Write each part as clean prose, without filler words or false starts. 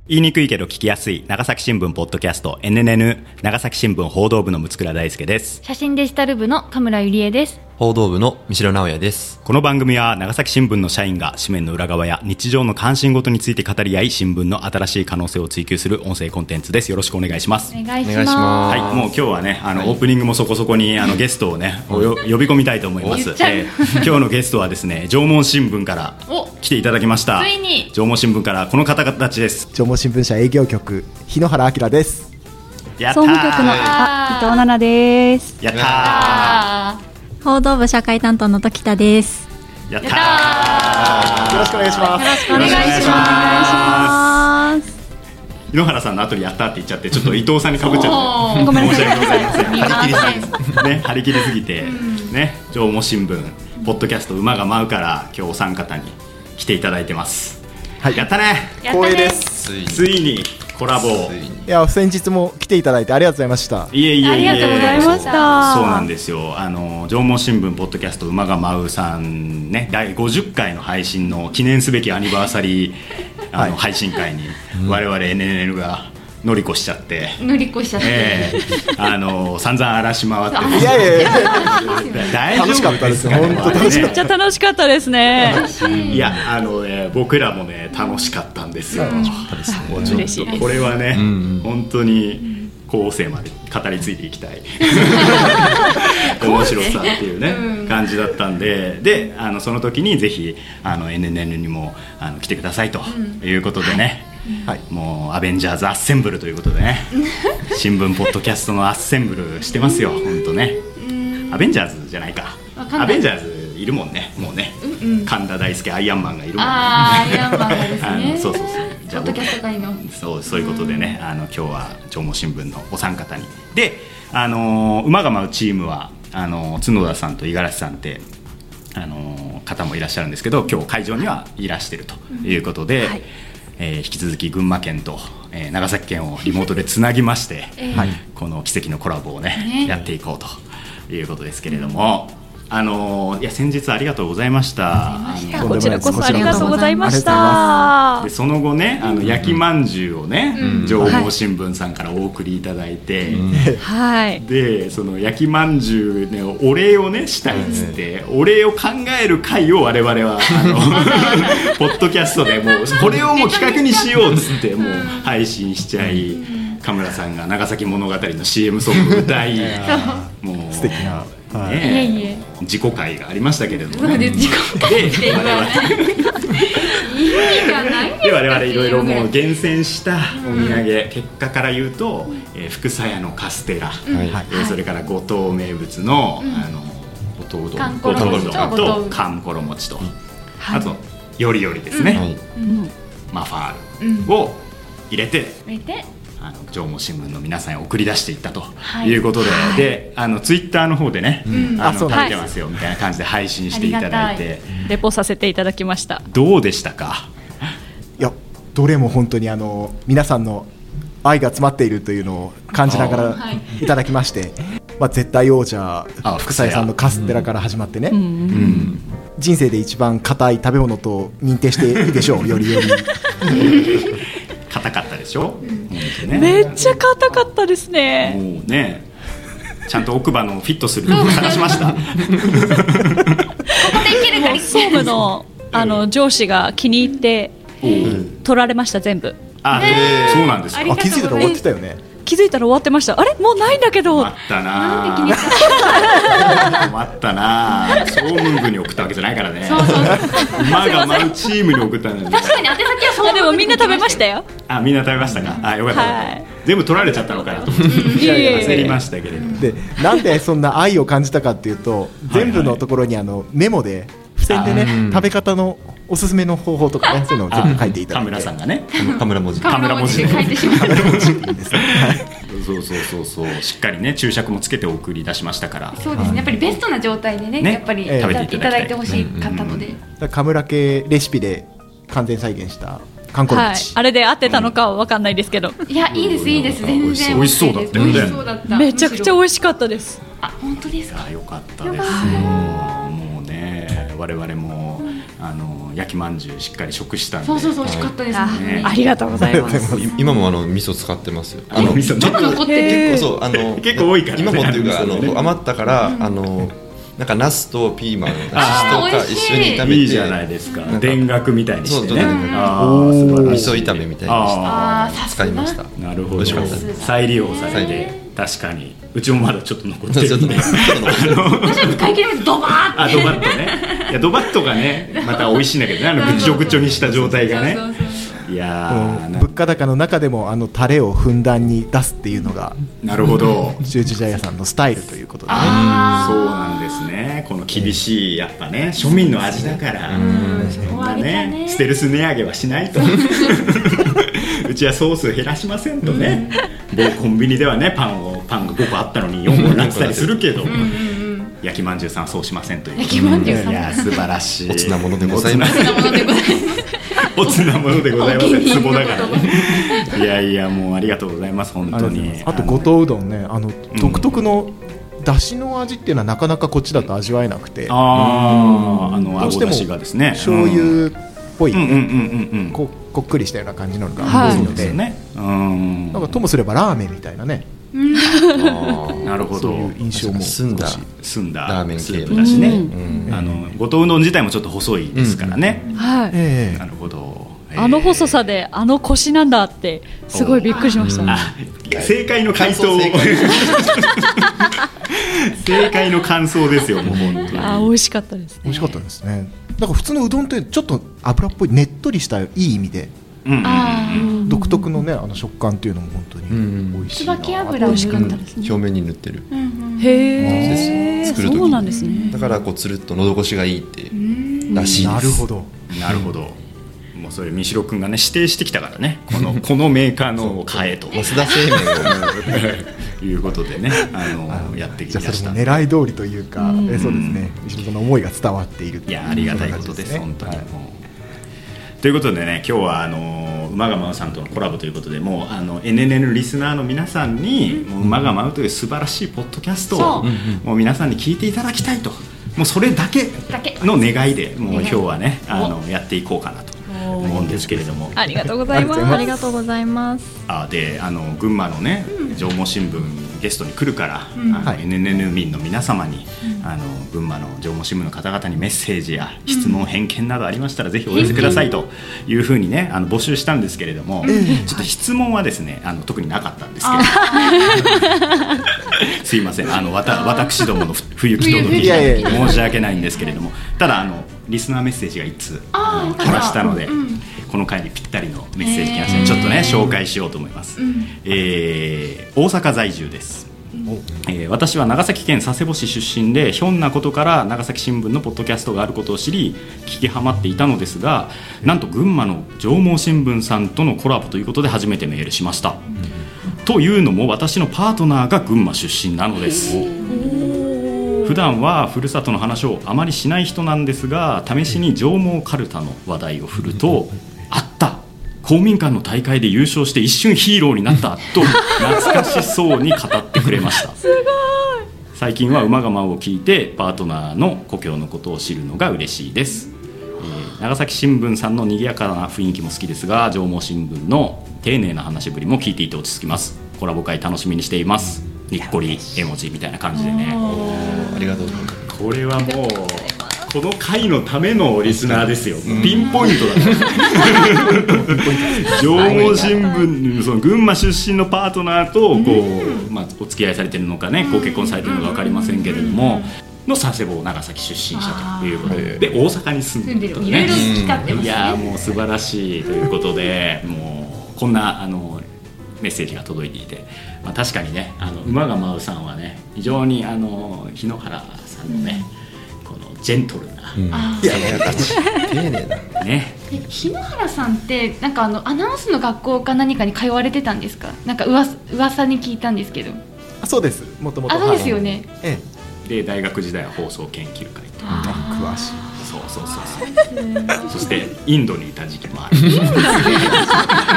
言いにくいけど聞きやすい長崎新聞ポッドキャスト NNN 長崎新聞報道部の六倉大輔です。 写真デジタル部の田村ゆりえです。 報道部の三代直也です。 この番組は長崎新聞の社員が紙面の裏側や日常の関心事について語り合い、新聞の新しい可能性を追求する音声コンテンツです。よろしくお願いします。 お願いします。 はい、もう今日はねオープニングもそこそこにゲストをね呼び込みたいと思います。今日のゲストはですね、縄文新聞から来ていただきました。 ついに縄文新聞からこの方々たちです。 縄文新聞社営業局日野原明です。 やったー。 総務局の伊藤奈々です。 やったー。 報道部社会担当の時田です。 やったー。 よろしくお願いします。 よろしくお願いします。 井ノ原さんの後にやったって言っちゃって、ちょっと伊藤さんにかぶっちゃってごめんなさい。 申し訳ございません。 見ませんね、張り切りすぎてね、縄文新聞ポッドキャスト馬が舞うから今日お三方に来ていただいてます。 はい、 やったね。 光栄です。 ついにコラボ。 いや、先日も来ていただいてありがとうございました。 いえいえいえ、 ありがとうございました。 そうなんですよ。縄文新聞ポッドキャスト馬が舞うさんね、第50回の配信の記念すべきアニバーサリー配信会に我々 NNN が乗り越しちゃって、散々荒らし回って、 いやいや大丈夫楽しかったです。本当めっちゃ楽しかったですね。 いや僕らもね楽しかったんですよ。もうちょっとこれはね、本当に後世まで語り継いでいきたい面白さっていうね、感じだったんで、その時にぜひNNN にも来てくださいということでね、はい、もうアベンジャーズアッセンブルということでね新聞ポッドキャストのアッセンブルしてますよ。本当ね、アベンジャーズじゃないか、アベンジャーズいるもんね、もうね、神田大輔アイアンマンがいるもんね。 アイアンマンがですねそうポッドキャスト界のそういうことでね、今日は縄文新聞のお三方にで、馬が舞うチームは角田さんと五十嵐さんって方もいらっしゃるんですけど、今日会場にはいらしてるということで、はい、引き続き群馬県と、長崎県をリモートでつなぎまして、この奇跡のコラボをね、やっていこうということですけれども、いや先日ありがとうございました。 こちらこそありがとうございました。 でその後ね、焼きまんじゅうをね、縄文新聞さんからお送りいただいて、でその焼きまんじゅうね、お礼をねしたいっつって、お礼を考える会を我々はポッドキャストでもうこれをもう企画にしようっつってもう配信しちゃい、神村さんが長崎物語の CM ソング歌いもう素敵な自己会がありましたけれども、 で自己会って言わないで我々いろいろもう厳選したお土産、結果から言うと、福佐屋のカステラ、それから五島名物の五島うどんとかんころ餅と、あとよりよりですね、マファールを入れて縄文新聞の皆さんに送り出していったということで、でツイッターの方でね、食べてますよみたいな感じで配信していただいて、 レポさせていただきました。 どうでしたか？ いや、どれも本当に皆さんの愛が詰まっているというのを感じながらいただきまして、絶対王者福佐屋さんのカステラから始まってね、人生で一番硬い食べ物と認定していいでしょう。よりより硬かったでしょ、 めっちゃ硬かったですね。 もうね、ちゃんと奥歯のフィットするのを探しました総務の上司が気に入って取られました、全部。 そうなんですか。 気づいたら終わってたよね。 気づいたら終わってました。あれもうないんだけど。 困ったな困ったな、総務部に送ったわけじゃないからね。馬が舞うチームに送ったんだ。 確かに宛先はそう。 でもみんな食べましたよ。 みんな食べましたか。よかった、全部取られちゃったのかなと思って焦りましたけれども。 でなんでそんな愛を感じたかっていうと、全部のところにメモで付箋でね、食べ方のおすすめの方法とかね、そういうのを全部書いていただいて、 田村さんがね、 田村文字で書いてしまうそうしっかりね注釈もつけて送り出しましたから。 そうですね、やっぱりベストな状態でね、やっぱり食べていただいてほしかったので、 神村系レシピで完全再現したかんころ餅、 あれで合ってたのかは分かんないですけど、 いや、いいです全然美味しそうだったよね。 めちゃくちゃ美味しかったです。 本当ですか。 よかったです。もうね、我々も焼きまんじゅうしっかり食したんで、 そう美味しかったですね。 ありがとうございます。 今も味噌使ってますよ。 味噌ちょっと残ってる。 結構そう結構多いからね。 今もっていうか余ったからなんかナスとピーマン、シシトウか一緒に炒めて、 いいじゃないですか。田楽みたいにしてね。 味噌炒めみたいにして使いました。 なるほど。再利用されて、確かにうちもまだちょっと残ってるんで。 私は使い切りました。ドバーって。 ドバッとね。いやドバッとがね、また美味しいんだけどね。ぐちょぐちょにした状態がね。いや物価高の中でもタレをふんだんに出すっていうのが、 なるほど、 修二茶屋さんのスタイルということでね。 そうなんですね。この厳しいやっぱね庶民の味だからそんなねステルス値上げはしないとうちはソース減らしませんとね。某コンビニではねパンが5個あったのに4個になってたりするけど焼きまんじゅうさんはそうしませんという。 焼きまんじゅうさん、 いや素晴らしい。 おつなものでございます。 おつなものでございます。壺だからね。いやいやもうありがとうございます本当に。 あと五島うどんね、独特のだしの味っていうのはなかなかこっちだと味わえなくて、どうしても醤油っぽいこっくりしたような感じなのが多いので、なんかともすればラーメンみたいなね。 なるほど。 そういう印象も澄んだラーメンスープだしね。五島うどん自体もちょっと細いですからね。なるほど。 細さでコシなんだってすごいびっくりしました。 正解の回答正解の感想ですよ。もう本当に美味しかったですね。 美味しかったですね。だから普通のうどんってちょっと油っぽいねっとりしたいい意味で独特のね食感っていうのも本当に美味しいな。 椿油美味しかったですね。 表面に塗ってる。 へえ。 作る時そうなんですね。 だからつるっと喉越しがいいってらしいです。 なるほどなるほど。もうそれ三代くんがね指定してきたからね、このメーカーの買えと増田製麺をいうことでねやってきました。 じゃあそれも狙い通りというか、そうですね。三代さんの思いが伝わっている。 いやありがたいことです本当に。ということでね、今日は馬が舞うさんとのコラボということで、もうNNN リスナーの皆さんにもう馬が舞うという素晴らしいポッドキャストをもう皆さんに聞いていただきたいと、もうそれだけの願いでもう今日はねやっていこうかなと思うんですけれども。 ありがとうございます。 ありがとうございます。 で群馬のね上毛新聞ゲストに来るから、NNN 民の皆様に群馬の上毛新聞の方々にメッセージや質問、偏見などありましたらぜひお寄せくださいというふうにね募集したんですけれども、ちょっと質問はですね特になかったんですけどすいません私どもの不行き届き申し訳ないんですけれども、ただリスナーメッセージが1通来ましたので、この回にぴったりのメッセージ来ましたのでちょっとね紹介しようと思います。大阪在住です。私は長崎県佐世保市出身でひょんなことから長崎新聞のポッドキャストがあることを知り聞きハマっていたのですが、なんと群馬の上毛新聞さんとのコラボということで初めてメールしました。というのも私のパートナーが群馬出身なのです。普段はふるさとの話をあまりしない人なんですが、試しに上毛かるたの話題を振ると、あった公民館の大会で優勝して一瞬ヒーローになったと懐かしそうに語ってくれましたすごい。最近は馬が舞うを聞いてパートナーの故郷のことを知るのが嬉しいです。長崎新聞さんの賑やかな雰囲気も好きですが、上毛新聞の丁寧な話ぶりも聞いていて落ち着きます。コラボ会楽しみにしています。にっこり絵文字みたいな感じでね。 ありがとうございます。 これはもうこの回のためのリスナーですよ。ピンポイントだから上毛新聞その群馬出身のパートナーとお付き合いされてるのかね、ご結婚されてるのか分かりませんけれどもの佐世保長崎出身者ということで、大阪に住んでるとね。いやもう素晴らしいということで、もうこんなメッセージが届いていて、確かにね馬が舞うさんはね非常に日野原さんのねこのジェントルな、 丁寧だね。 日野原さんってなんかアナウンスの学校か何かに通われてたんですか？なんか噂に聞いたんですけど。 そうです。もともとそうですよね。 で大学時代は放送研究会と詳しい。 そうそしてインドにいた時期もある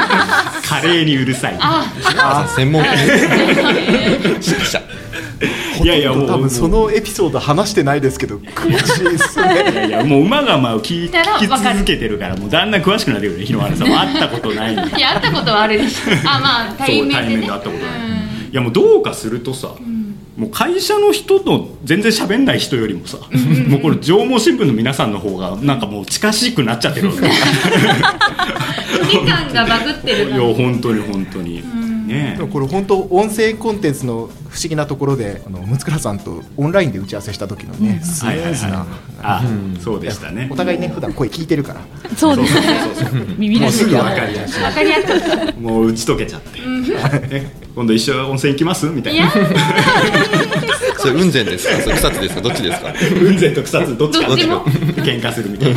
カレーにうるさい専門家指揮者いやいやもう多分そのエピソード話してないですけど詳しいですね。 いやもう馬が舞う聞き続けてるからもうだんだん詳しくなってくるね。日野原さんも会ったことないのに。 いや会ったことはあるでしょ。まあ対面でね。 対面で会ったことない。いやもうどうかするとさ、もう会社の人と全然喋んない人よりもさ、もうこれ上毛新聞の皆さんの方がなんかもう近しくなっちゃってるわけ。 距離感がバグってる。 いや本当に。ね、 これ本当音声コンテンツの不思議なところで六倉さんとオンラインで打ち合わせした時のね、スムーズな、 そうでしたね。 お互いね普段声聞いてるからそうですね。耳もうすぐ分なじみかりやすい。もう打ち解けちゃって、今度一緒温泉行きますみたいな。 それ雲仙ですか、それ草津ですか、どっちですか。 雲仙と草津どっちか喧嘩するみたいな。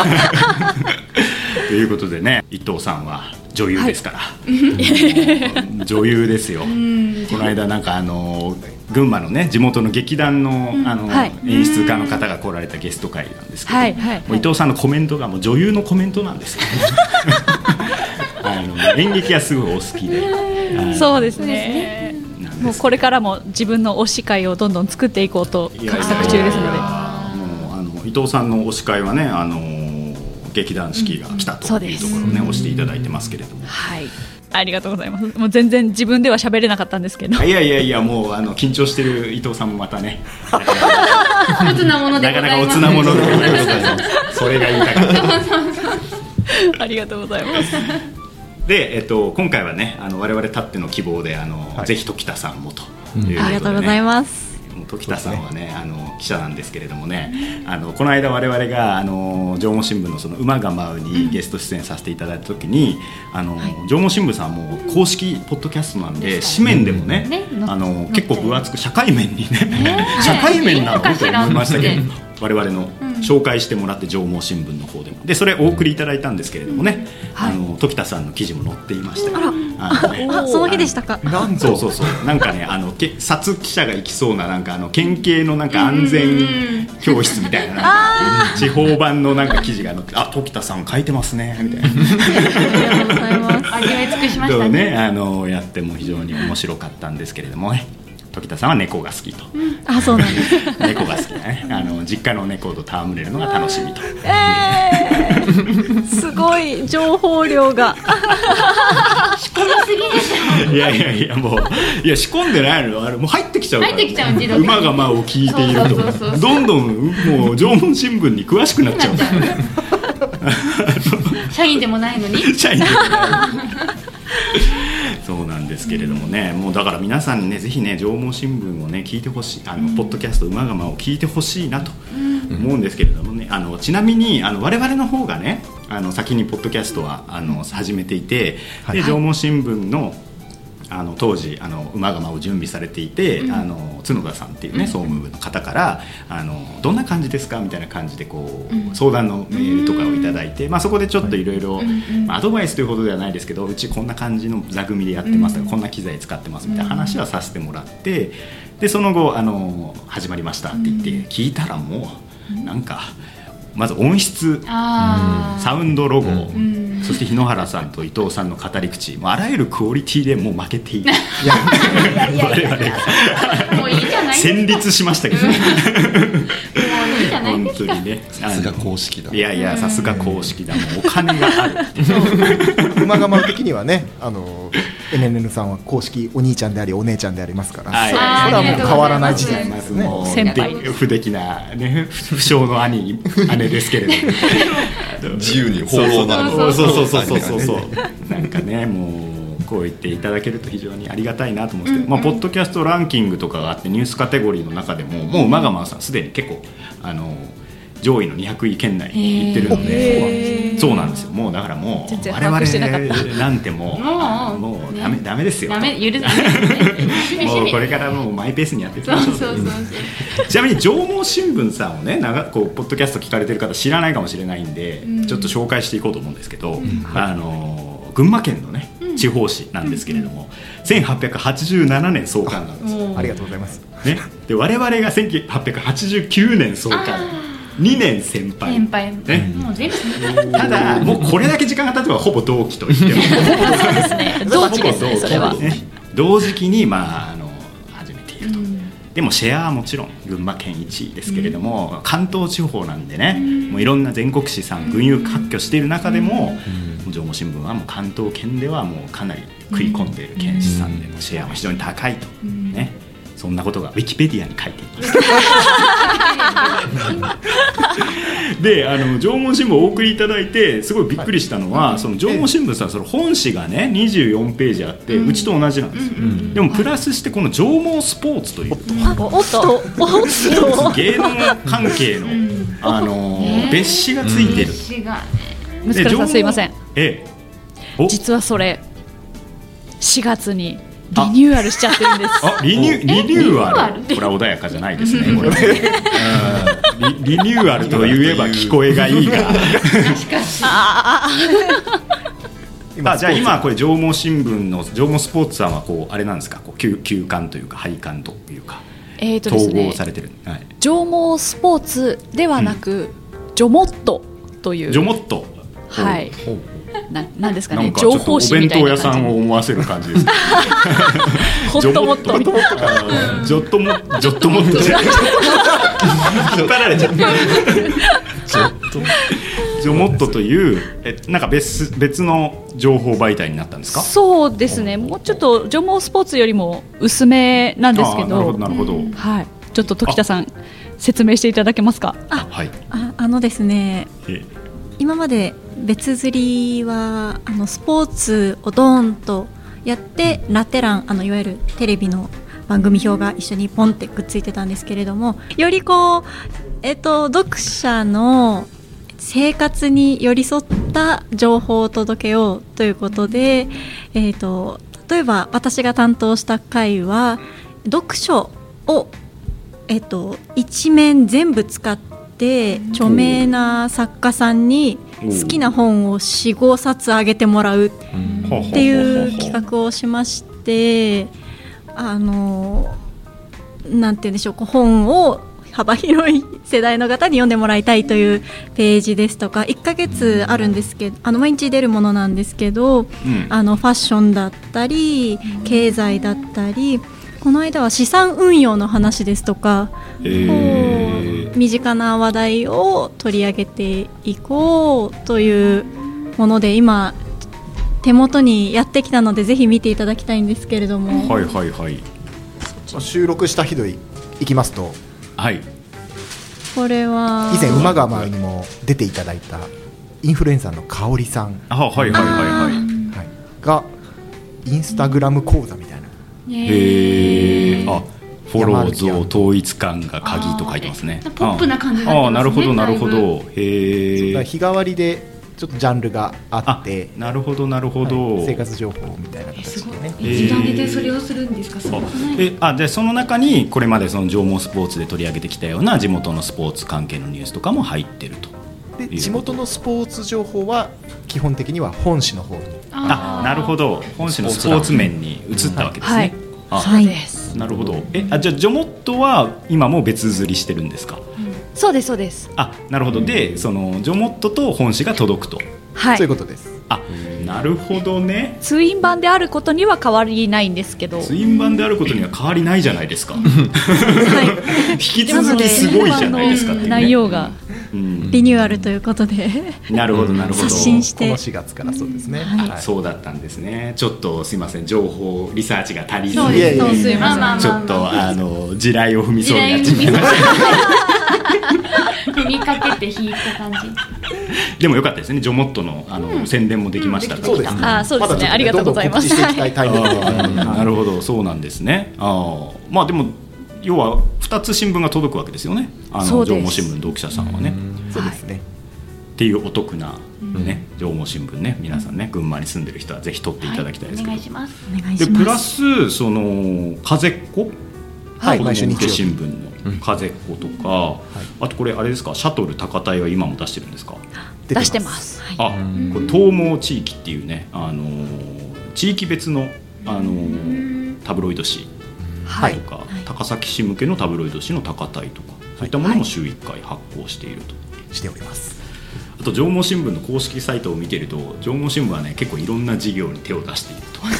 ということでね、伊藤さんは女優ですから、女優ですよ。この間なんか群馬のね地元の劇団の演出家の方が来られたゲスト会なんですけど、伊藤さんのコメントがもう女優のコメントなんですよ。演劇はすごいお好きで。 そうですね。もうこれからも自分の推し会をどんどん作っていこうと画策中ですので。 もう伊藤さんの推し会はね劇団四季が来たというところをね押していただいてますけれども、 はい、ありがとうございます。もう全然自分では喋れなかったんですけど、 いやもう緊張してる伊藤さんもまたねおつなものでございます。 なかなかおつなものでございます。それが言いたかった。 ありがとうございます。 で、今回はね我々たっての希望でぜひ時田さんもということで、ね、 ありがとうございます。 時田さんはね記者なんですけれどもね、この間我々が上毛新聞のその馬が舞うにゲスト出演させていただいた時に上毛新聞さんも公式ポッドキャストなんで紙面でもね、結構分厚く社会面にね、社会面なのと思いましたけど、我々の紹介してもらって上毛新聞の方でもでそれお送りいただいたんですけれどもね、時田さんの記事も載っていましたよ。 その日でしたか。 そうなんかね殺記者が行きそうななんか県警のなんか安全教室みたいな、地方版のなんか記事が載って時田さん書いてますねみたいな。 ありがとうございます。 味わい尽くしましたね。 やっても非常に面白かったんですけれどもね、時田さんは猫が好きと。 そうなんです。 猫が好きだね。実家の猫と戯れるのが楽しみと。 すごい情報量が。 仕込みすぎでしょ。 いやもう仕込んでないの。もう入ってきちゃうから。 入ってきちゃう自動的に。 馬が舞うを聞いているとどんどんもう縄文新聞に詳しくなっちゃうからね。 社員でもないのに。 社員でもないのに。そうなんですけれどもね、もうだから皆さんにねぜひね上毛新聞をね聞いてほしい、ポッドキャスト馬が舞うを聞いてほしいなと思うんですけれどもね、ちなみに我々の方がね先にポッドキャストは始めていて、で上毛新聞の当時馬が舞を準備されていて、角田さんっていうね総務部の方からどんな感じですかみたいな感じでこう、相談のメールとかをいただいて、そこでちょっといろいろアドバイスというほどではないですけど、うちこんな感じの座組でやってますとか、こんな機材使ってますみたいな話はさせてもらって、でその後始まりましたって言って聞いたらもうなんかまず音質、サウンドロゴ、そして日野原さんと伊藤さんの語り口、あらゆるクオリティでもう負けている。 もういいじゃないですか。 戦慄しましたけどね。 いいじゃないですか。 本当にね、 さすが公式だ。 いやさすが公式だ。もうお金があるって。 馬が舞う的にはねNNN さんは公式お兄ちゃんでありお姉ちゃんでありますから、それはもう変わらない事実ですね。 先輩不出来なね不詳の姉ですけれども、 自由に放浪なの。 そうなんかねもうこう言っていただけると非常にありがたいなと思うんですけど、ポッドキャストランキングとかがあってニュースカテゴリーの中でももう馬が舞うさんすでに結構上位の200位圏内に行ってるので、そうなんですよ。もうだからもう我々なんてもうダメですよ。 ダメ許さない。 もうこれからもうマイペースにやっていきましょう。ちなみに上毛新聞さんをねこうポッドキャスト聞かれてる方知らないかもしれないんで、ちょっと紹介していこうと思うんですけど、群馬県のね地方紙なんですけれども、1887年創刊なんですよ。 ありがとうございます。 ね、で我々が1889年創刊。2年先輩、ね、 もう全部ただもうこれだけ時間が経てばほぼ同期と言ってもそうですね。同期ですねそれは。 同時期に始めていると。 でもシェアはもちろん群馬県1位ですけれども、関東地方なんでね、もういろんな全国紙さん群雄割拠している中でも、上毛新聞はもう関東圏ではもうかなり食い込んでいる県紙さんで、シェアも非常に高いと、ね、そんなことがウィキペディアに書いていますで、上毛新聞をお送りいただいてすごいびっくりしたのは、その上毛新聞さん、その本誌がね24ページあって、うちと同じなんですよ、でもプラスしてこの上毛スポーツという芸能関係の、別紙がついてる。 息子さんすいません、実はそれ4月にリニューアルしちゃってるんです。 リニューアル、これは穏やかじゃないですね。これリニューアルといえば聞こえがいいがじゃあ今これ上毛新聞の上毛スポーツさんはこうあれなんですか、こう休刊というか廃刊というか、統合されてる、 上毛スポーツではなく、ジョモットという、 ジョモット、 はい、なんですかね、 情報誌みたいな感じ、お弁当屋さんを思わせる感じですホットモットみたいなジョットモットじゃない引っ張られちゃったジョモットというなんか別の情報媒体になったんですか？ そうですね、もうちょっと上毛スポーツよりも薄めなんですけど、 なるほど、 はい、ちょっと時田さん説明していただけますか？ はい、 ですね、今まで別釣りはスポーツをドーンとやってラテ欄、いわゆるテレビの番組表が一緒にポンってくっついてたんですけれども、よりこう、読者の生活に寄り添った情報を届けようということで、例えば私が担当した回は読書を、一面全部使って著名な作家さんに好きな本を 4,5 冊あげてもらうっていう企画をしまして、なんて言うんでしょう、本を幅広い世代の方に読んでもらいたいというページですとか、1ヶ月あるんですけど、毎日出るものなんですけど、ファッションだったり経済だったり、この間は資産運用の話ですとか、身近な話題を取り上げていこうというもので、今手元にやってきたのでぜひ見ていただきたいんですけれども、 はいはいはい、 収録した日でいきますと、 はい、 これは以前馬川にも出ていただいたインフルエンサーの香織さんがインスタグラム講座みたいな、 フォロー像統一感が鍵と書いてますね。 ポップな感じになってますね。 なるほどなるほど。 日替わりでちょっとジャンルがあって、 なるほどなるほど、 生活情報みたいな形でね。 一覧でそれをするんですか？ でその中にこれまでその上毛スポーツで取り上げてきたような地元のスポーツ関係のニュースとかも入ってると。 で地元のスポーツ情報は基本的には本紙の方に。 なるほど、本紙のスポーツ面に移ったわけですね。 そうです。 なるほど。じゃあジョモットは今も別釣りしてるんですか？ そうですそうです。 なるほど。でそのジョモットと本誌が届くと、 はい、 そういうことです。 なるほどね。 ツイン版であることには変わりないんですけど、 ツイン版であることには変わりないじゃないですか、はい、引き続きすごいじゃないですかっていう、ね、 内容がリニューアルということで、 なるほどなるほど、 刷新してこの4月からそうですね、 そうだったんですね。ちょっとすいません、情報リサーチが足りずに、 ちょっと地雷を踏みそうになっちゃいました踏みかけて引いた感じ。 でもよかったですね、ジョモットの宣伝もできましたから。 そうですね、 そうですね、ありがとうございます。 なるほど、そうなんですね。でも要は2つ新聞が届くわけですよね、上毛新聞読者さんはね。 そうですね。 っていうお得な、ね、上毛新聞ね、皆さんね、群馬に住んでる人はぜひ取っていただきたいですけど、 お願いします。 でプラスその風っ子、 毎週日曜日新聞の風っ子とか、あとこれあれですか、シャトル高台は今も出してるんですか？ 出してます。 これ東毛地域っていうね、地域別のタブロイド紙とか、高崎市向けのタブロイド紙の高台とか、そういったものも週1回発行していると。 しております。 あと上毛新聞の公式サイトを見てると上毛新聞はね結構いろんな事業に手を出していると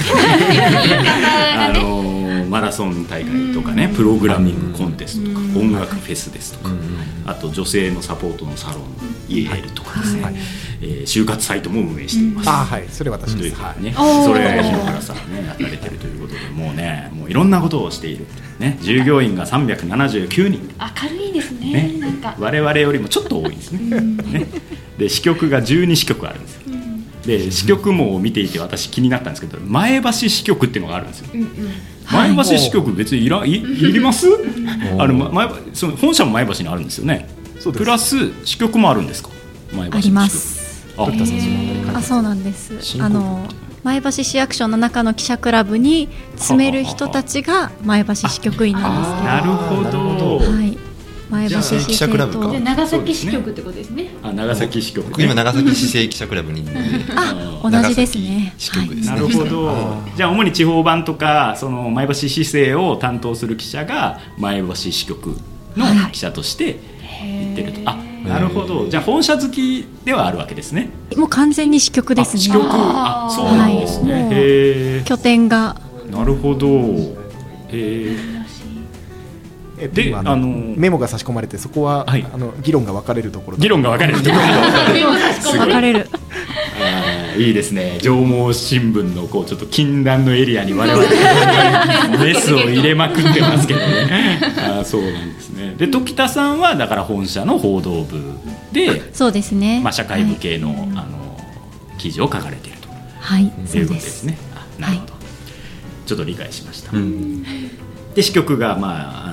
マラソン大会とかねプログラミングコンテストとか音楽フェスですとかあと女性のサポートのサロンイエールとかですね、就活サイトも運営しています。 はい、それ私です。 ね、それ日野原さんがねやられてるということでもういろんなことをしているね。従業員が379人。 明るいですね。なんか我々よりもちょっと多いですね。ねで支局が12支局あるんですよ。で支局網を見ていて私気になったんですけど前橋支局っていうのがあるんですよ。前橋支局別にいります？その本社も前橋にあるんですよね。プラス支局もあるんですか？前橋支局あります。そうなんです。前橋市役所の中の記者クラブに詰める人たちが前橋支局員なんですけど。 なるほど。 はい。前橋市記者クラブか。長崎支局ってことですね。 長崎支局。 僕今長崎市政記者クラブにいるので。 同じですね。 支局ですね。 なるほど。じゃあ主に地方版とかその前橋市政を担当する記者が前橋支局の記者として行ってると。なるほど。じゃあ本社好きではあるわけですね。 もう完全に支局ですね。 支局。そうなんですね。 拠点が。 なるほど。 でメモが差し込まれてそこは、議論が分かれるところ。 議論が分かれるところ。 分かれる。 いいですね。上毛新聞のちょっと禁断のエリアに我々メスを入れまくってますけどね。そうなんですね。で時田さんはだから本社の報道部で、 そうですね。 社会部系の、記事を書かれていると、いうことですね。なるほど。ちょっと理解しました。で支局が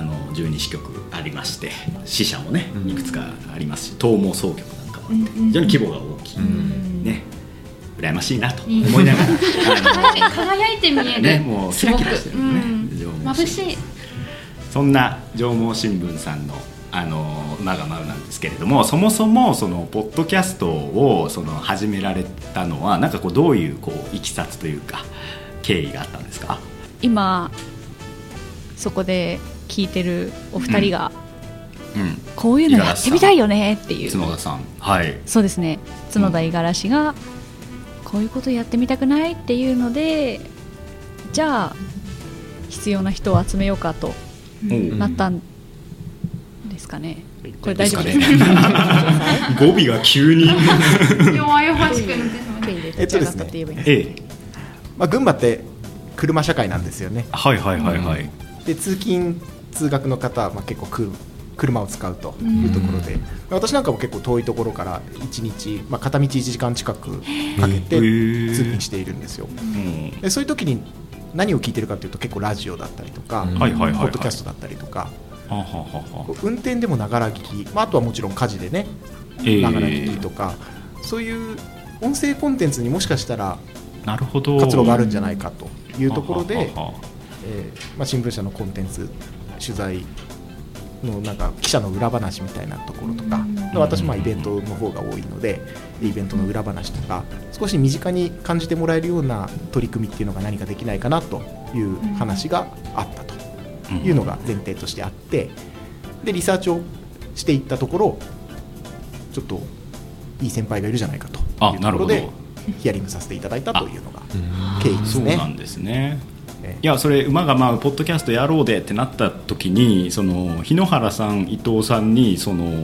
12支局ありまして支社もねいくつかありますし東毛総局なんかもあって非常に規模が大きいね。羨ましいなと思いながら輝いて見えるね、もうキラキラしてるね。 眩しい。 そんな上毛新聞さんの馬が舞うなんですけれども、そもそもそのポッドキャストを始められたのはなんかどういういきさつというか経緯があったんですか？ 今そこで聞いてるお二人が、こういうのやってみたいよねっていう角田さん、はい、 そうですね。角田五十嵐がこういうことやってみたくないっていうので、じゃあ必要な人を集めようかとなったんですかね。これ大丈夫ですか？ 語尾が急に弱々しくなってですね。群馬って車社会なんですよね。 はいはいはいはい。 で通勤通学の方は結構車を使うというところで、私なんかも結構遠いところから1日、片道1時間近くかけて通勤しているんですよ。でそういう時に何を聞いてるかというと結構ラジオだったりとか、ポッドキャストだったりとか、運転でもながら聞き、あとはもちろん家事でねながら聞きとか、そういう音声コンテンツにもしかしたら活路があるんじゃないかというところで、新聞社のコンテンツ取材のなんか記者の裏話みたいなところとか、私もイベントの方が多いのでイベントの裏話とか少し身近に感じてもらえるような取り組みっていうのが何かできないかなという話があったというのが前提としてあって、でリサーチをしていったところちょっといい先輩がいるじゃないかというところでヒアリングさせていただいたというのが経緯ですね。 そうなんですね。いやそれ馬が舞うポッドキャストやろうでってなった時に日野原さん伊藤さんに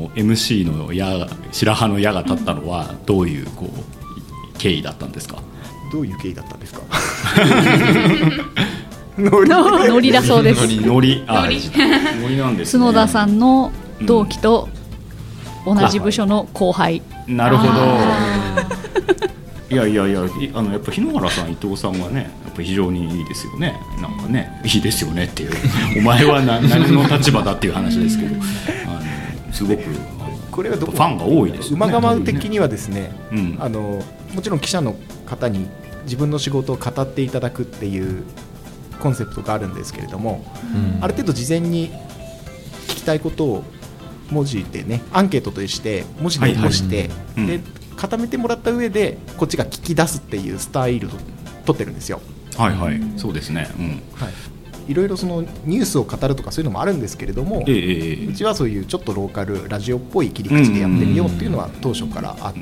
MC の白羽の矢が立ったのはどういう経緯だったんですか？ どういう経緯だったんですか？ ノリだそうです。 ノリなんですね。 角田さんの同期と同じ部署の後輩。 なるほど。いややっぱ日野原さん伊藤さんはねやっぱ非常にいいですよね。なんかねいいですよねっていうお前は何の立場だっていう話ですけどすごくこれはファンが多いですよね。 馬が舞う的にはですね、もちろん記者の方に自分の仕事を語っていただくっていうコンセプトがあるんですけれども、ある程度事前に聞きたいことを文字でねアンケートとして文字で残して、で固めてもらった上でこっちが聞き出すっていうスタイルを取ってるんですよ。 はいはい、そうですね。 いろいろそのニュースを語るとかそういうのもあるんですけれども、うちはそういうちょっとローカルラジオっぽい切り口でやってみようっていうのは当初からあって、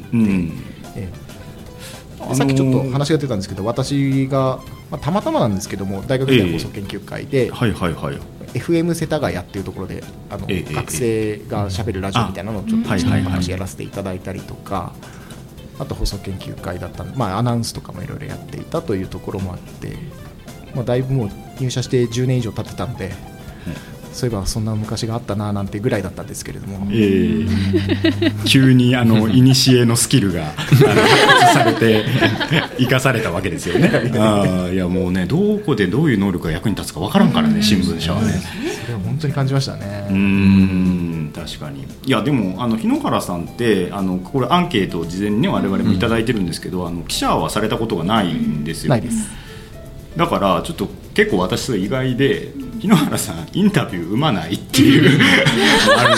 さっきちょっと話が出たんですけど、私が、たまたまなんですけども大学時代放送研究会で、FM 世田谷っていうところで学生がしゃべるラジオみたいなのをちょっと話やらせていただいたりとか、あと放送研究会だったんで、アナウンスとかもいろいろやっていたというところもあって、だいぶもう入社して10年以上経ってたんで、そういえばそんな昔があったななんてぐらいだったんですけれども、 急に古のスキルが発揮されて生かされたわけですよね。いやもうね、どこでどういう能力が役に立つか分からんからね、新聞社はね。 それは本当に感じましたね。 確かに。いやでも日野原さんってこれアンケートを事前にね我々もいただいてるんですけど、記者はされたことがないんですよ。 ないです。 だからちょっと結構私は意外で、日野原さんインタビュー生まないっていうのがあるん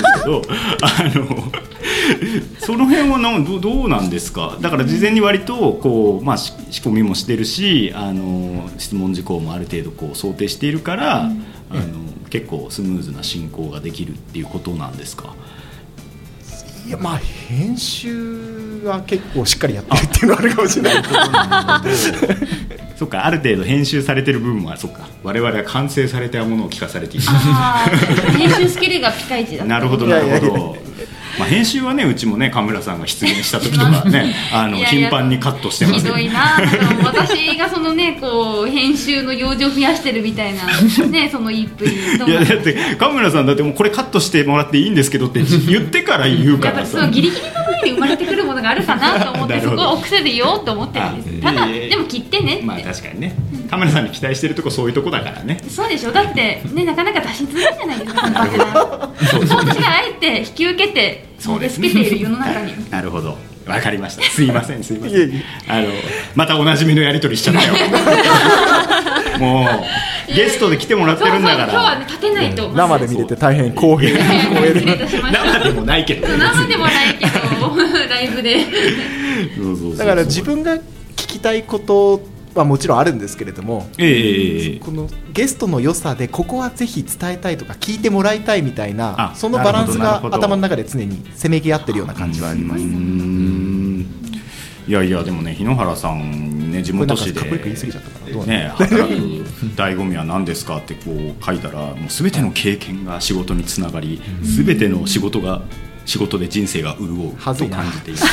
ですけどその辺はどうなんですか。だから事前に割とこう、仕込みもしてるし、質問事項もある程度こう想定しているから、結構スムーズな進行ができるっていうことなんですか。 いや編集は結構しっかりやってるっていうのはあるかもしれないそっか、ある程度編集されてる部分はそっか、我々は完成されたものを聞かされている。 編集スキルがピカイチだ。 なるほどなるほど。編集はね、うちもね、神村さんが出現した時とかね頻繁にカットしてますけど、 ひどいな。私がそのね、こう編集の用事を増やしてるみたいなね、その言いっぷり。いやだって神村さんだってもうこれカットしてもらっていいんですけどって言ってから言うからさ、 やっぱギリギリの前に生まれてくるものがあるかなと思ってそこはお癖で言おうと思ってるんです。ただでも切ってねって。 確かにね、神村さんに期待してるとこそういうとこだからね。 そうでしょ。だってね、なかなか出しづらいじゃないですか、この場では。私があえて引き受けてつけている世の中に。 なるほど、わかりました。すいませんまたおなじみのやり取りしちゃったよもうゲストで来てもらってるんだから。 今日はね、立てないと。 生で見れて大変光栄。 生でもないけど生でもないけどライブでだから自分が聞きたいことはもちろんあるんですけれども、このゲストの良さでここはぜひ伝えたいとか聞いてもらいたいみたいな、そのバランスが頭の中で常にせめぎ合ってるような感じはあります。 いやいやでもね、日野原さんね、地元紙でかっこよく言い過ぎちゃったからどうね、働く醍醐味は何ですかってこう書いたら、もう全ての経験が仕事につながり、全ての仕事で人生が潤うと感じています。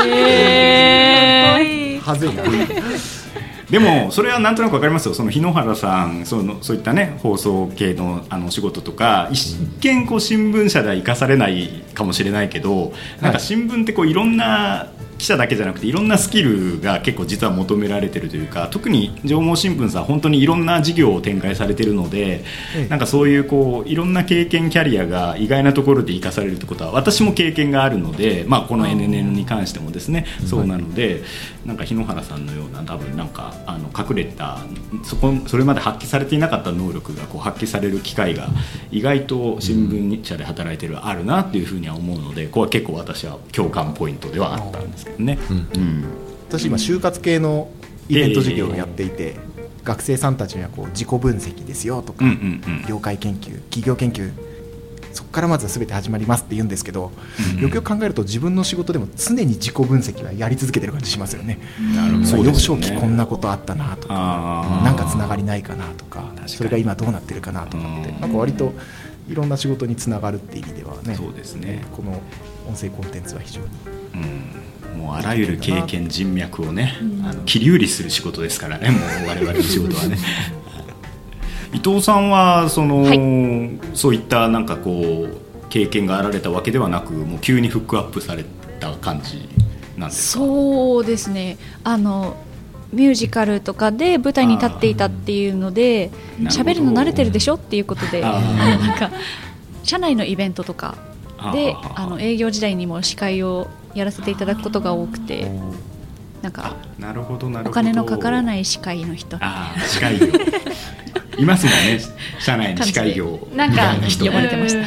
はずいな。 でもそれはなんとなく分かりますよ。その日野原さん、そういったね、放送系の仕事とか、一見こう新聞社では生かされないかもしれないけど、なんか新聞ってこういろんな記者だけじゃなくていろんなスキルが結構実は求められてるというか、特に上毛新聞さん本当にいろんな事業を展開されてるので、なんかそういうこういろんな経験キャリアが意外なところで生かされるってことは私も経験があるので、この NNN に関してもですね、そうなので、なんか日野原さんのような多分なんか隠れたそれまで発揮されていなかった能力がこう発揮される機会が意外と新聞社で働いてるあるなっていうふうには思うので、これは結構私は共感ポイントではあったんですけどね。 私今就活系のイベント事業をやっていて、学生さんたちにはこう自己分析ですよとか、業界研究、企業研究、そこからまずは全て始まりますって言うんですけど、よくよく考えると自分の仕事でも常に自己分析はやり続けてる感じしますよね。幼少期こんなことあったなとか、なんかつながりないかなとか、それが今どうなってるかなとかって、なんか割といろんな仕事につながるっていう意味ではね、 そうですね、 この音声コンテンツは非常に、 もうあらゆる経験人脈をね、切り売りする仕事ですからね、もう我々の仕事はね伊藤さんはそういったなんかこう経験があられたわけではなく、もう急にフックアップされた感じなんですか？ そうですね、ミュージカルとかで舞台に立っていたっていうので、喋るの慣れてるでしょっていうことで、なんか社内のイベントとかで営業時代にも司会をやらせていただくことが多くて、なんかお金のかからない司会の人、 司会業いますもんね、社内に司会業なんか呼ばれてました。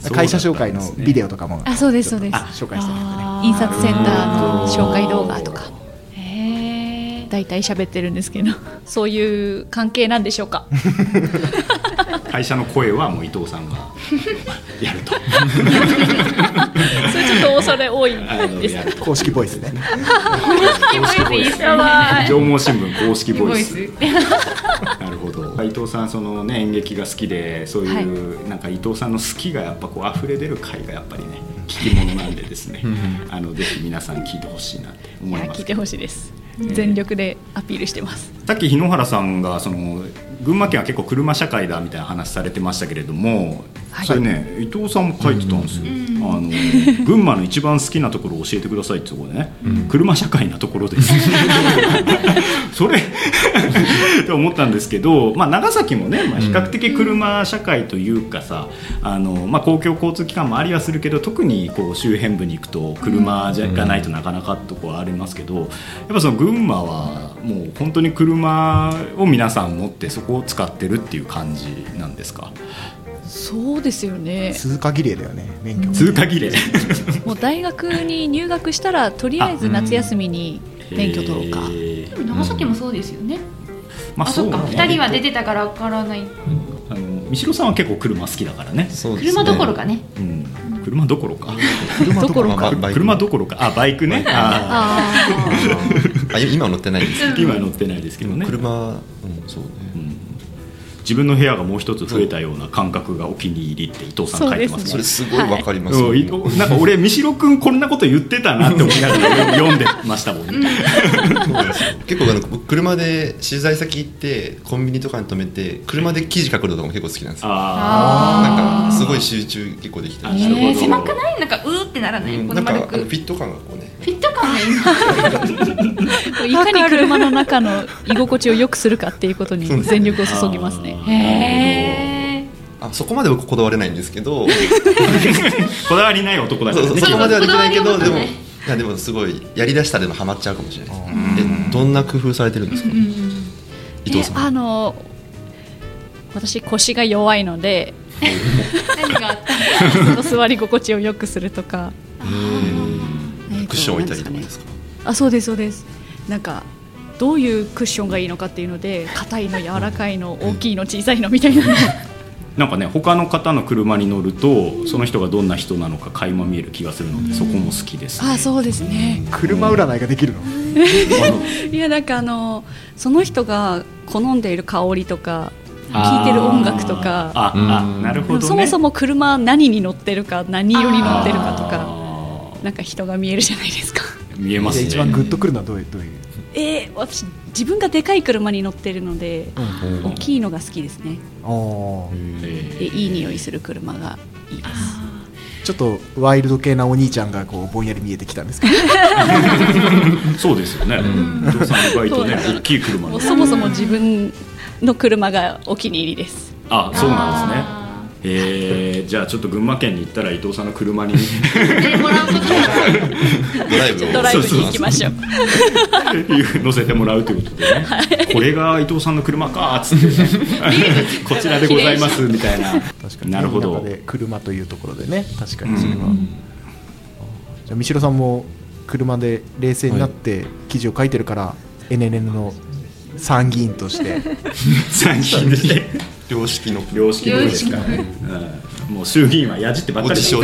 会社紹介のビデオとかもそうですそうです、 紹介してますね。 印刷センターの紹介動画とか。 だいたい喋ってるんですけど、そういう関係なんでしょうか。 会社の声はもう伊藤さんがやると。 それちょっと恐れ多いですね。 公式ボイスね。 公式ボイス。上毛新聞公式ボイス。なるほど。伊藤さんそのね演劇が好きで、そういうなんか伊藤さんの好きがやっぱこう溢れ出る回がやっぱりね聞き物なんでですね。ぜひ皆さん聞いてほしいなって思います。 聞いてほしいです。全力でアピールしてます。 さっき日野原さんがその群馬県は結構車社会だみたいな話されてましたけれども、それね伊藤さんも書いてたんですよ。群馬の一番好きなところを教えてくださいってところでね、車社会なところです。それって思ったんですけど、長崎もね、比較的車社会というかさ、公共交通機関もありはするけど、特にこう周辺部に行くと車がないとなかなかってところはありますけど、やっぱその群馬はもう本当に車を皆さん持ってそこを使ってるっていう感じなんですか？ そうですよね。 通過儀礼だよね、免許。 通過儀礼。 もう大学に入学したらとりあえず夏休みに免許取ろうか。 でも長崎もそうですよね。 そうか、 2人は出てたから分からない。 三代さんは結構車好きだからね。 車どころかね。 車どころか。 車どころか。バイクね。 今乗ってないです。 今乗ってないですけどね。 車、そうね。 自分の部屋がもう一つ増えたような感覚がお気に入りって伊藤さん書いてますね。 それすごいわかります。 なんか俺三代くんこんなこと言ってたなって思いながら読んでましたもんね。 結構車で取材先行ってコンビニとかに止めて車で記事書くのとかも結構好きなんですよ。なんかすごい集中結構できてる。 狭くない？なんかうーってならない？ なんかフィット感がこうね。 フィット感がいかに車の中の居心地を良くするかっていうことに全力を注ぎますね。 そこまで僕こだわれないんですけど。 こだわりない男だからね。 そこまではできないけど、でもすごいやりだしたらハマっちゃうかもしれないです。どんな工夫されてるんですか？伊藤さん。 私腰が弱いので何があった座り心地を良くするとか、 クッション置いたりとかですか？ そうですそうです。なんかどういうクッションがいいのかっていうので、硬いの柔らかいの大きいの小さいのみたいなのなんかね、他の方の車に乗るとその人がどんな人なのか垣間見える気がするので、そこも好きですね。 そうですね。 車占いができるの？ いや、なんかその人が好んでいる香りとか聴いてる音楽とか、 なるほどね。 そもそも車何に乗ってるか、何色に乗ってるかとか、なんか人が見えるじゃないですか。 見えますね。 一番グッとくるのはどういう？ 私自分がでかい車に乗ってるので、大きいのが好きですね。いい匂いする車がいいです。 ちょっとワイルド系なお兄ちゃんがこうぼんやり見えてきたんですけど。 そうですよね。伊藤さん意外とね、大きい車の。 そもそも自分の車がお気に入りです。 そうなんですね。じゃあちょっと群馬県に行ったら伊藤さんの車にもらうことドライブに行きましょう。 乗せてもらうということでね、これが伊藤さんの車かっつってねこちらでございますみたいな。 確かになるほど。 中で車というところでね、確かにそれは。じゃあ三代さんも車で冷静になって記事を書いてるから、NNN の参議院として参議院でして良識のですからね。もう衆議院はやじってばっかりそう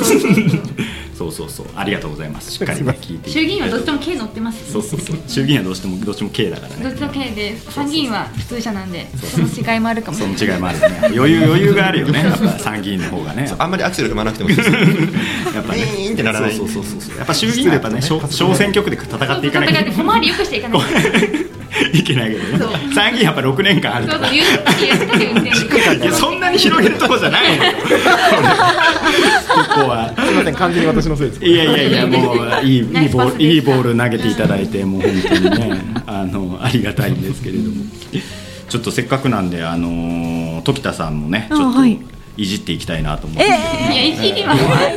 ありがとうございます。しっかり聞いて。 衆議院はどっちも K 乗ってます。 そう衆議院はどっちも K だからね。 どっちも K で、参議院は普通車なんで、その違いもあるかもしれない。 その違いもあるね。余裕があるよね。やっぱ参議院の方がね。 あんまりアクセル踏まなくてもいいです。 やっぱね。ってならない。そう。やっぱ衆議院はやっぱね、小選挙区で戦っていかないと。 小回りよくしていかないといけないけどね。参議院やっぱ6年間あるから。 ゆったり運転して。 そんなに広げるとこじゃないのよ。ここは。 すみません、完全に私のせいです。 いやもういいボール投げていただいて、もう本当にねありがたいんですけれども、ちょっとせっかくなんで時田さんもねちょっといじっていきたいなと思って。 いやいじりはない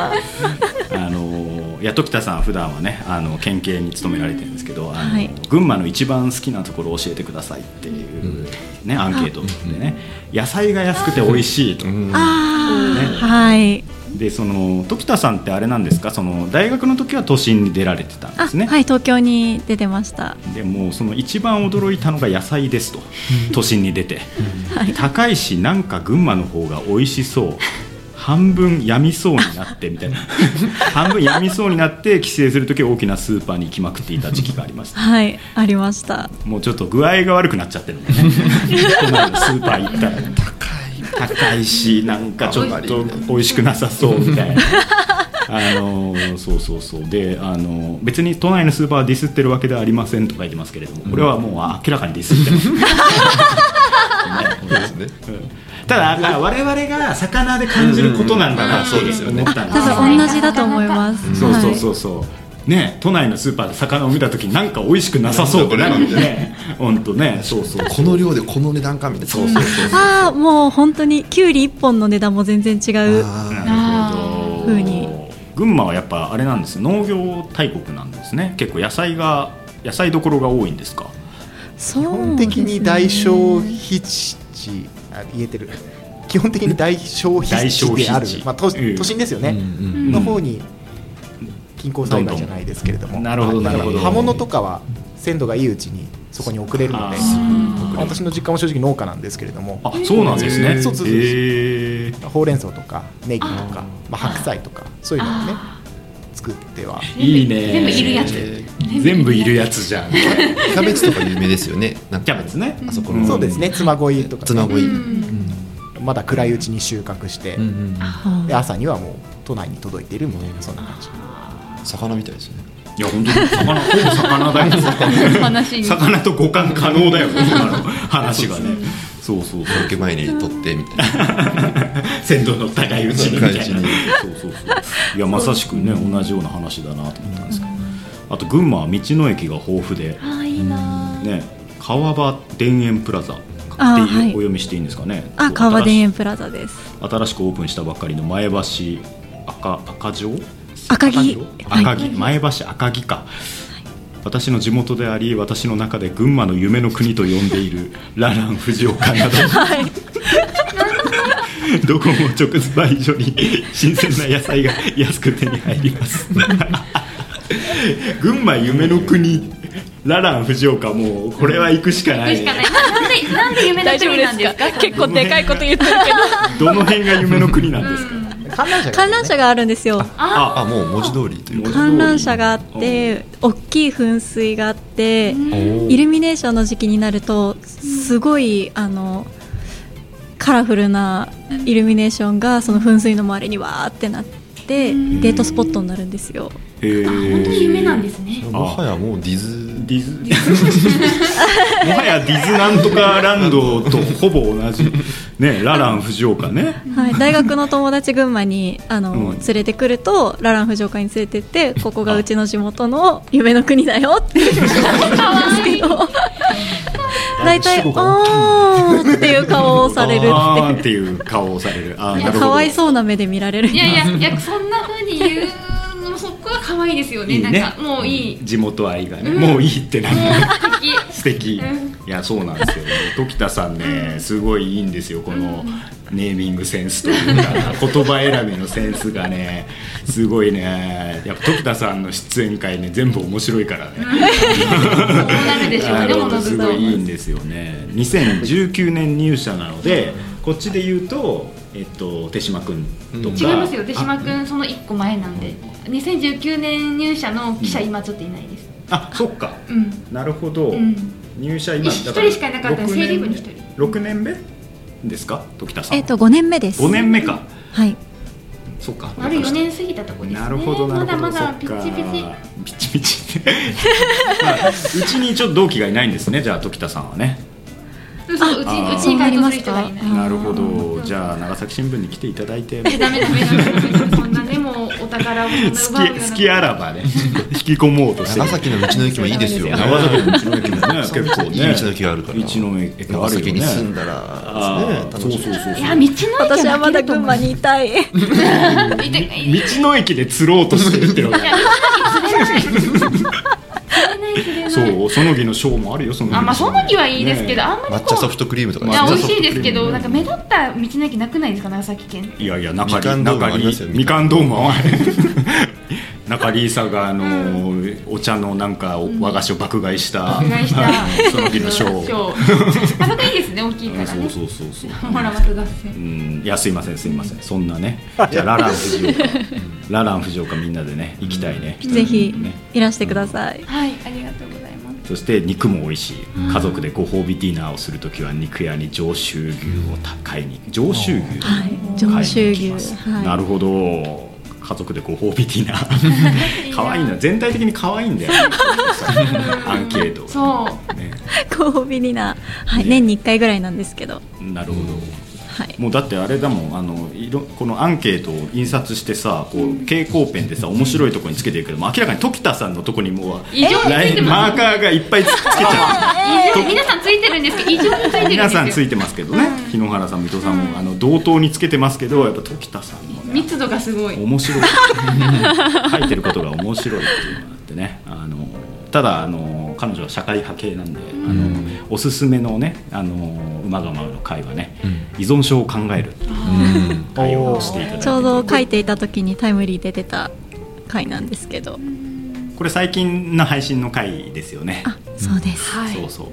な。時田さん普段はね県警に勤められてるんですけど、群馬の一番好きなところを教えてくださいっていうアンケートでね、野菜が安くて美味しいと。 はい。 でその時田さんってあれなんですか、その大学の時は都心に出られてたんですね。 はい、東京に出てました。 でもその一番驚いたのが野菜ですと都心に出て、はい、高いしなんか群馬の方が美味しそう、半分やみそうになってみたいな半分やみそうになって帰省するとき大きなスーパーに行きまくっていた時期がありました。 はい、ありました。もうちょっと具合が悪くなっちゃってるんでね都内のスーパー行ったら高いしなんかちょっと美味しくなさそうみたいなそうで別に都内のスーパーはディスってるわけではありませんとか言ってますけれども、これはもう明らかにディスってますただ我々が魚で感じることなんだなって思ったんです。 多分同じだと思います。 そうね、都内のスーパーで魚を見たときなんか美味しくなさそうってなるんでね、本当ね、そうこの量でこの値段かみたいな。 もう本当にきゅうり1本の値段も全然違う風に。 群馬はやっぱあれなんです、農業大国なんですね。結構野菜どころが多いんですか。 基本的に大消費地、言えてる、基本的に大消費地である、都心ですよね、の方に近郊栽培じゃないですけれども、 なるほど葉物とかは鮮度がいいうちにそこに送れるので、私の実家も正直農家なんですけれども。 そうなんですね。 ほうれん草とかネギとか、白菜とかそういうのをね作っては。 いいね。 全部いるやつ。 全部いるやつじゃん。 キャベツとか有名ですよね。 キャベツね。 あそこの。 そうですね。妻恋とか。 妻恋。 まだ暗いうちに収穫して、で朝にはもう都内に届いているみたいな、そんな感じ。 魚みたいですよね。 いや本当に魚だよ。魚と互換可能だよ。話がね。そうロケ前に取ってみたいな。 鮮度の高いうちにみたいな。そう。いやまさしくね同じような話だなと思ったんですけど。あと群馬は道の駅が豊富で、 いいな。 ね、川場田園プラザっていうお読みしていいんですかね。 川場田園プラザです。 新しくオープンしたばっかりの前橋赤城前橋赤城か。私の地元であり私の中で群馬の夢の国と呼んでいるララン藤岡など、どこも直売所に新鮮な野菜が安く手に入ります群馬夢の国ララン藤岡、もうこれは行くしかない。 なんで夢の国なんですか。 結構でかいこと言ってるけどどの辺が夢の国なんですか。 観覧車があるんですよ。 もう文字通りというか観覧車があって大きい噴水があって、イルミネーションの時期になるとすごいカラフルなイルミネーションがその噴水の周りにわーってなってデートスポットになるんですよ。 本当に夢なんですね。 もはやもうディズもはやディズなんとかランドとほぼ同じね、ララン藤岡ね、 はい、大学の友達群馬に連れてくるとララン藤岡に連れてってここがうちの地元の夢の国だよって言うんですけど大体っていう顔をされるっていう顔をされる。 かわいそうな目で見られる。 いやそんな風に言うのそこは可愛いですよね。なんかもういい地元愛がね、もういいってなる。素敵。いやそうなんですよね。時田さんねすごいいいんですよ。このネーミングセンスというか言葉選びのセンスがねすごいね。やっぱ時田さんの出演会ね全部面白いからね。 そうなるでしょうね。 すごいいいんですよね。2019年入社なのでこっちで言うと手島くんとか違いますよ。手島くんその1個前なんで2019年入社の記者今ちょっといないです。 そっか、なるほど、入社今 1人しかいなかったの。整理部に1人。 6年目ですか時田さん。 5年目です。 5年目か。 はい。 そっか。 丸4年過ぎたとこですね。 なるほどまだまだピチピチうちにちょっと同期がいないんですね。じゃあ時田さんはね。 うちに回答する人がいない。 なるほど。じゃあ長崎新聞に来ていただいて。 ダメそんなねもうお宝を好きあらばね引き込もうとして。 長崎の道の駅もいいですよ。 長崎の道の駅もね結構ね道の駅があるから。 道の駅長崎に住んだらそう。いや道の駅私はまだ群馬にいたい。 道の駅で釣ろうとしてるってのが。 釣れないないそう、そのぎのショーもあるよ。そのぎはいいですけど、あんまり抹茶ソフトクリームとか美味しいですけど、なんか目立った道の駅なくないですか、長崎県。 いやいや、みかんドームありますよね。 みかんドームは中里さがお茶のなんか和菓子を爆買いしたその日のショー。 あそこいいですね、大きいからね。 そうほらまた脱線。 いや、すいませんそんなね。じゃあララン藤岡みんなでね行きたいね。 ぜひいらしてください。 はい、ありがとうございます。 そして肉も美味しい。家族でご褒美ディナーをするときは肉屋に上州牛を買いに。上州牛。 上州牛。 なるほど。家族でご褒美ディナー可愛いな、全体的に可愛いんだよアンケートそう、 ご褒美ディナー、年に1回ぐらいなんですけど。 なるほど、もうだってあれだもん、このアンケートを印刷してさ、こう蛍光ペンでさ面白いところにつけてるけども、明らかに時田さんのところにもマーカーがいっぱいつけちゃう。皆さんついてるんですけど、異常についてるんですよ。 皆さんついてますけどね、日野原さん、水戸さんも同等につけてますけど、やっぱ時田さんの密度がすごい面白い書いてることが面白いっていうのがあってね、ただ彼女は社会派系なんで、おすすめのね馬が舞うの会はね、依存症を考える会をしていただいて、 ちょうど書いていた時にタイムリーで出た会なんですけど、 これ最近の配信の回ですよね。 そうです、 そうそう。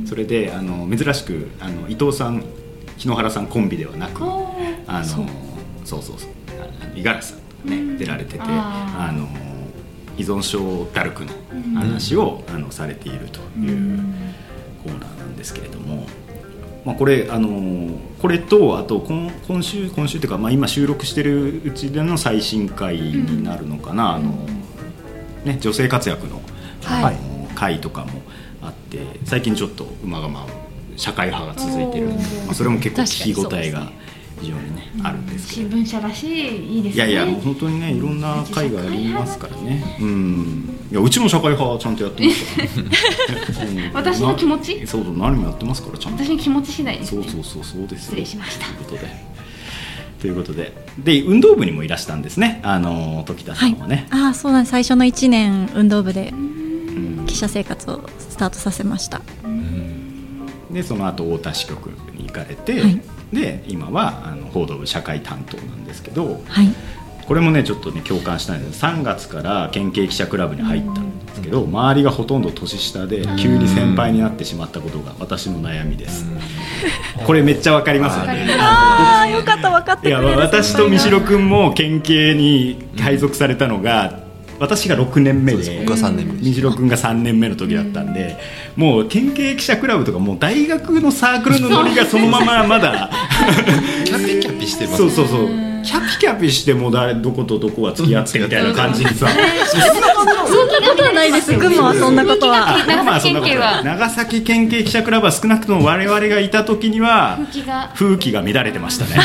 それで珍しく伊藤さん日野原さんコンビではなく、そう五十嵐さんとね出られてて、依存症ダルクの話をされているというコーナーなんですけれども、これとあと今週というか、今収録してるうちでの最新回になるのかな、女性活躍の回とかもあって、最近ちょっと馬が舞う社会派が続いてる、それも結構聞き応えが非常にねあるんですけど、 新聞社らしいいいですね。 いや本当にね、いろんな会がありますからね。いや、うちも社会派ちゃんとやってますから私の気持ち、 そう何もやってますからちゃんと。 私の気持ち次第ですね。 そうです。 失礼しました。 ということで運動部にもいらしたんですね、時田さんはね。 そうなんです。最初の1年運動部で記者生活をスタートさせました。 でその後太田支局に行かれて、で今は報道部社会担当なんですけど、これもねちょっとね共感したんですけど、3月から県警記者クラブに入ったんですけど、周りがほとんど年下で急に先輩になってしまったことが私の悩みです。これめっちゃわかりますよね。 よかった、分かってくれる。 いや、私と三代くんも県警に配属されたのが、私が6年目で僕は3年目、 三代くんが3年目の時だったんで、もう県警記者クラブとかもう大学のサークルのノリがそのまままだキャピキャピしてます。 そうキャピキャピしてもどことどこは付き合ってみたいな感じにさ、 そんなことはないです。群馬はそんなことは。 長崎県警記者クラブは少なくとも我々がいた時には風紀が乱れてましたね。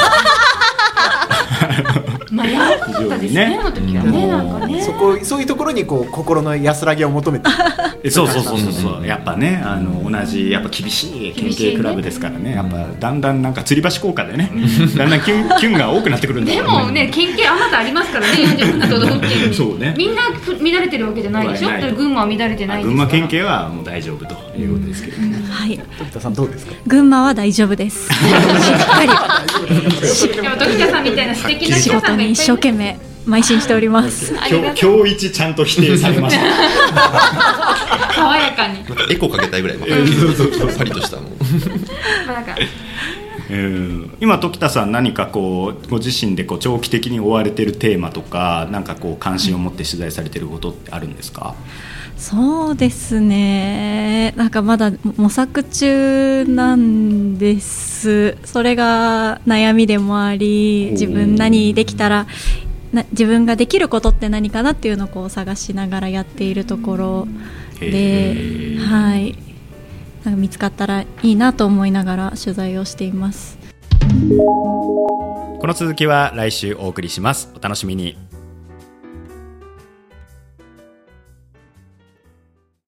やばかったですね、あの時はね。なんかね、 そういうところにこう心の安らぎを求めてそうやっぱね、同じやっぱ厳しい県警クラブですからね、やっぱだんだんなんか吊り橋効果でね、だんだんキュンが多くなってくるんだでもね、県警あまたありますからね、47都道府県に。 そうね、 みんな乱れてるわけじゃないでしょ。群馬は乱れてないですから。 群馬県警はもう大丈夫ということですけどね。 時田さんどうですか？ 群馬は大丈夫です。しっかり。 時田さんみたいな素敵な仕事に一生懸命邁進しております。 今日一ちゃんと否定されました。 爽やかに。 エコかけたいぐらいのパリとしたもん。 今時田さん何かこうご自身でこう長期的に追われているテーマとか、なんかこう関心を持って取材されていることってあるんですか？ そうですね、なんかまだ模索中なんです。それが悩みでもあり、自分何できたら自分ができることって何かなっていうのをこう探しながらやっているところで、なんか見つかったらいいなと思いながら取材をしています。 この続きは来週お送りします。お楽しみに。